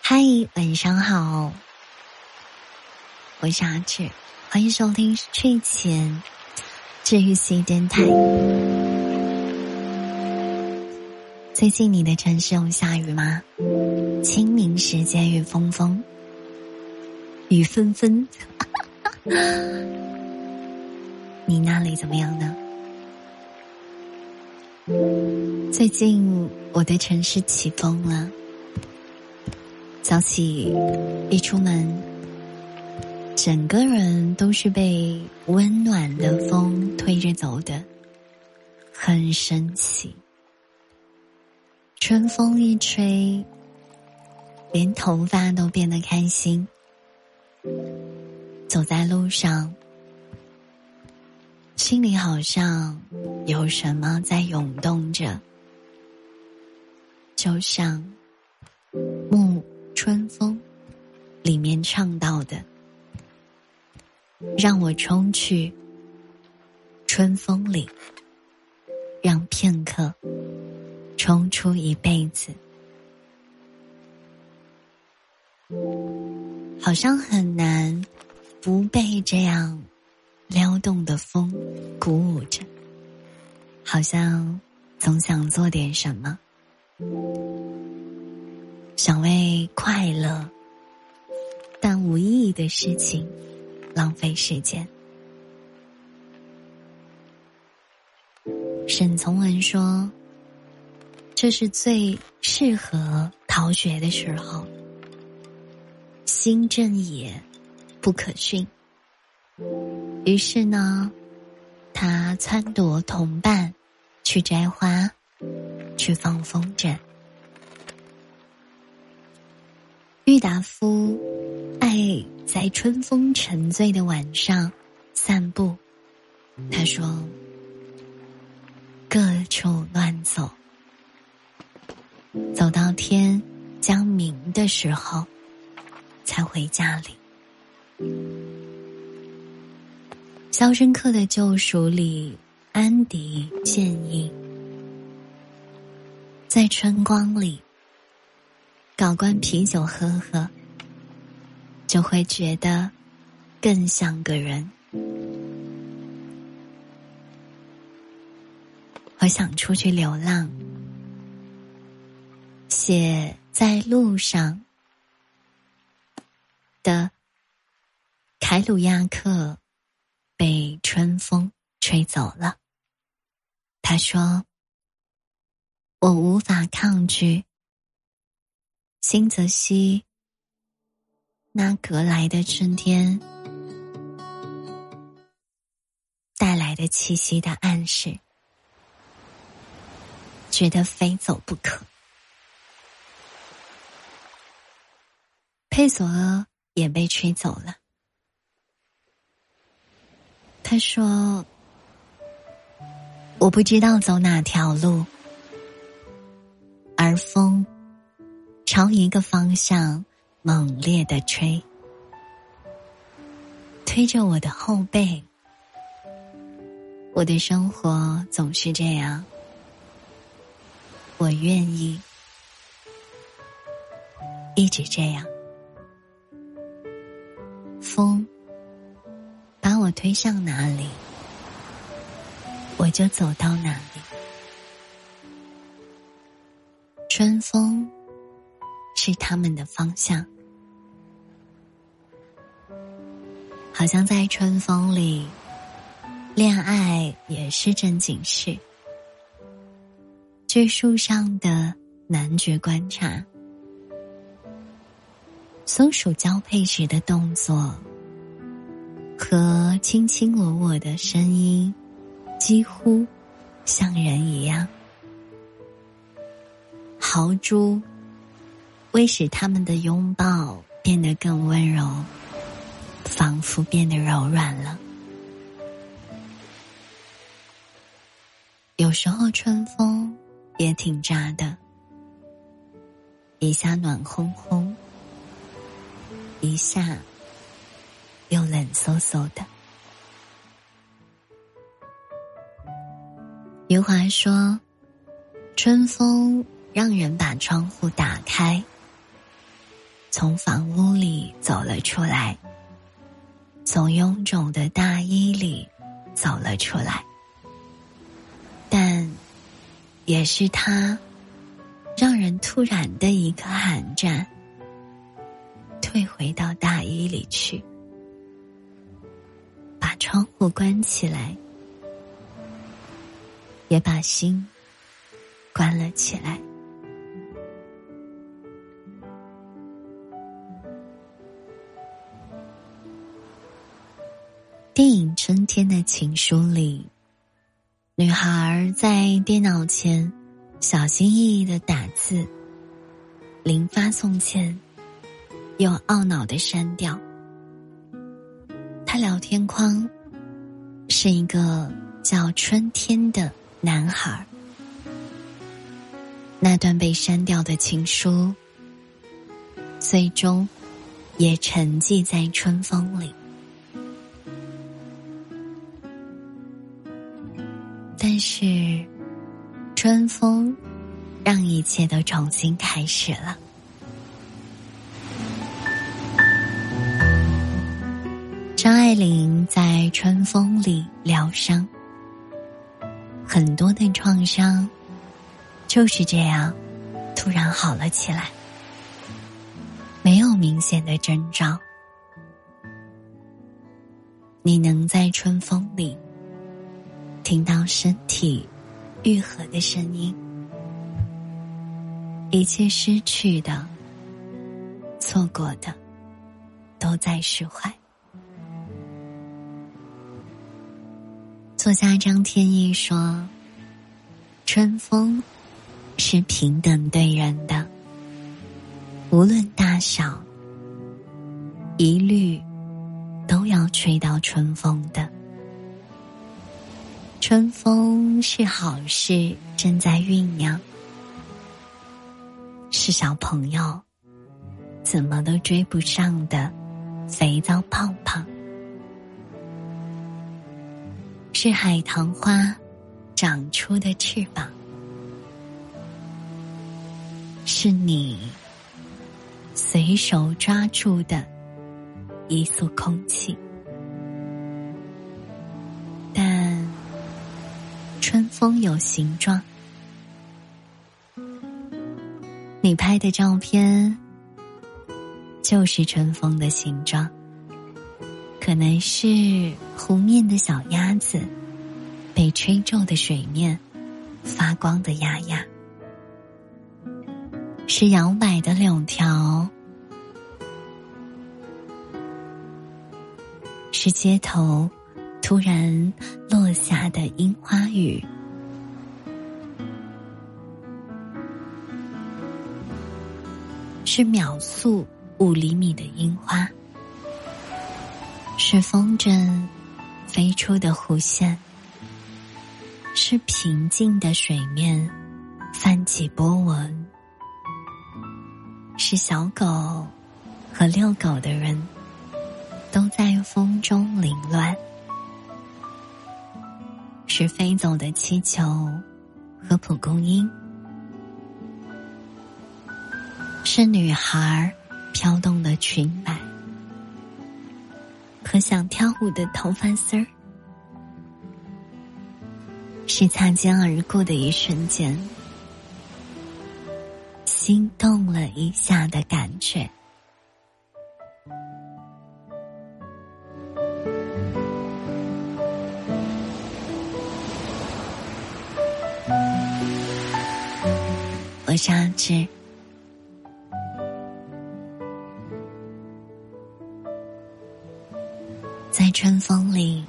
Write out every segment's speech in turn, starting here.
嗨，晚上好，我是阿志，欢迎收听睡前治愈系电台。最近你的城市有下雨吗？清明时节雨纷纷，雨纷纷。你那里怎么样呢？最近我的城市起风了，早起一出门，整个人都是被温暖的风推着走的，很神奇。春风一吹，连头发都变得开心。走在路上，心里好像有什么在涌动着，就像沐春风里面唱到的，让我冲去春风里，让片刻冲出一辈子。好像很难不被这样撩动的风鼓舞着，好像总想做点什么，想为快乐但无意义的事情浪费时间。沈从文说，这是最适合逃学的时候，心正也，不可训。于是呢，他撺掇同伴去摘花，去放风筝。郁达夫爱在春风沉醉的晚上散步，他说，各处乱走，走到天将明的时候才回家里。肖申克的救赎里，安迪建议，在春光里搞罐啤酒喝喝，就会觉得更像个人。我想出去流浪，写在路上的凯鲁亚克被春风吹走了。他说，我无法抗拒新泽西那革来的春天带来的气息的暗示，觉得非走不可。佩索阿也被吹走了。他说，我不知道走哪条路，而风朝一个方向猛烈地吹，推着我的后背。我的生活总是这样，我愿意一直这样。风把我推向哪里，我就走到哪里。春风是他们的方向，好像在春风里，恋爱也是正经事。据树上的男爵观察，松鼠交配时的动作和卿卿我我的声音几乎像人一样。豪猪为使他们的拥抱变得更温柔，仿佛变得柔软了。有时候春风也挺渣的，一下暖烘烘，一下又冷飕飕的。余华说，春风让人把窗户打开， 从房屋里走了出来，从臃肿的大衣里走了出来，但也是他让人突然的一个寒战，退回到大衣里去，把窗户关起来，也把心关了起来。电影《春天的情书》里，女孩在电脑前小心翼翼地打字，临发送前又懊恼地删掉。她聊天框是一个叫春天的男孩，那段被删掉的情书最终也沉寂在春风里。但是春风让一切都重新开始了。张爱玲在《春风》里疗伤，很多的创伤就是这样突然好了起来，没有明显的征兆。你能在春风里听到身体愈合的声音，一切失去的、错过的都在释怀。作家张天翼说，春风是平等对人的，无论大小，一律都要吹到春风的。春风是好事正在酝酿，是小朋友怎么都追不上的肥皂泡泡，是海棠花长出的翅膀，是你随手抓住的一束空气。但春风有形状，你拍的照片就是春风的形状，可能是湖面的小鸭子，被吹皱的水面发光的丫丫，是摇摆的柳条，是街头突然落下的樱花雨，是秒速5厘米的樱花，是风筝飞出的弧线，是平静的水面泛起波纹，是小狗和遛狗的人都在风中凌乱，是飞走的气球和蒲公英，是女孩飘动的裙摆和想跳舞的头发丝儿，是擦肩而过的一瞬间，心动了一下的感觉。我是阿志，在春风里，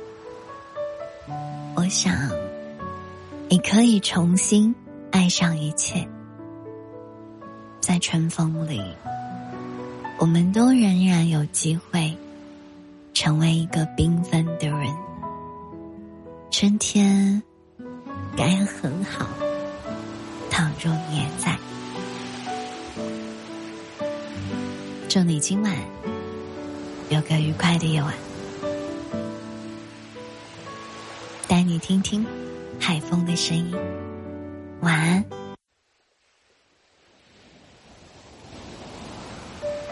我想你可以重新爱上一切。在春风里，我们都仍然有机会成为一个缤纷的人。春天该很好，倘若你也在。祝你今晚有个愉快的夜晚，带你听听海风的声音。晚安。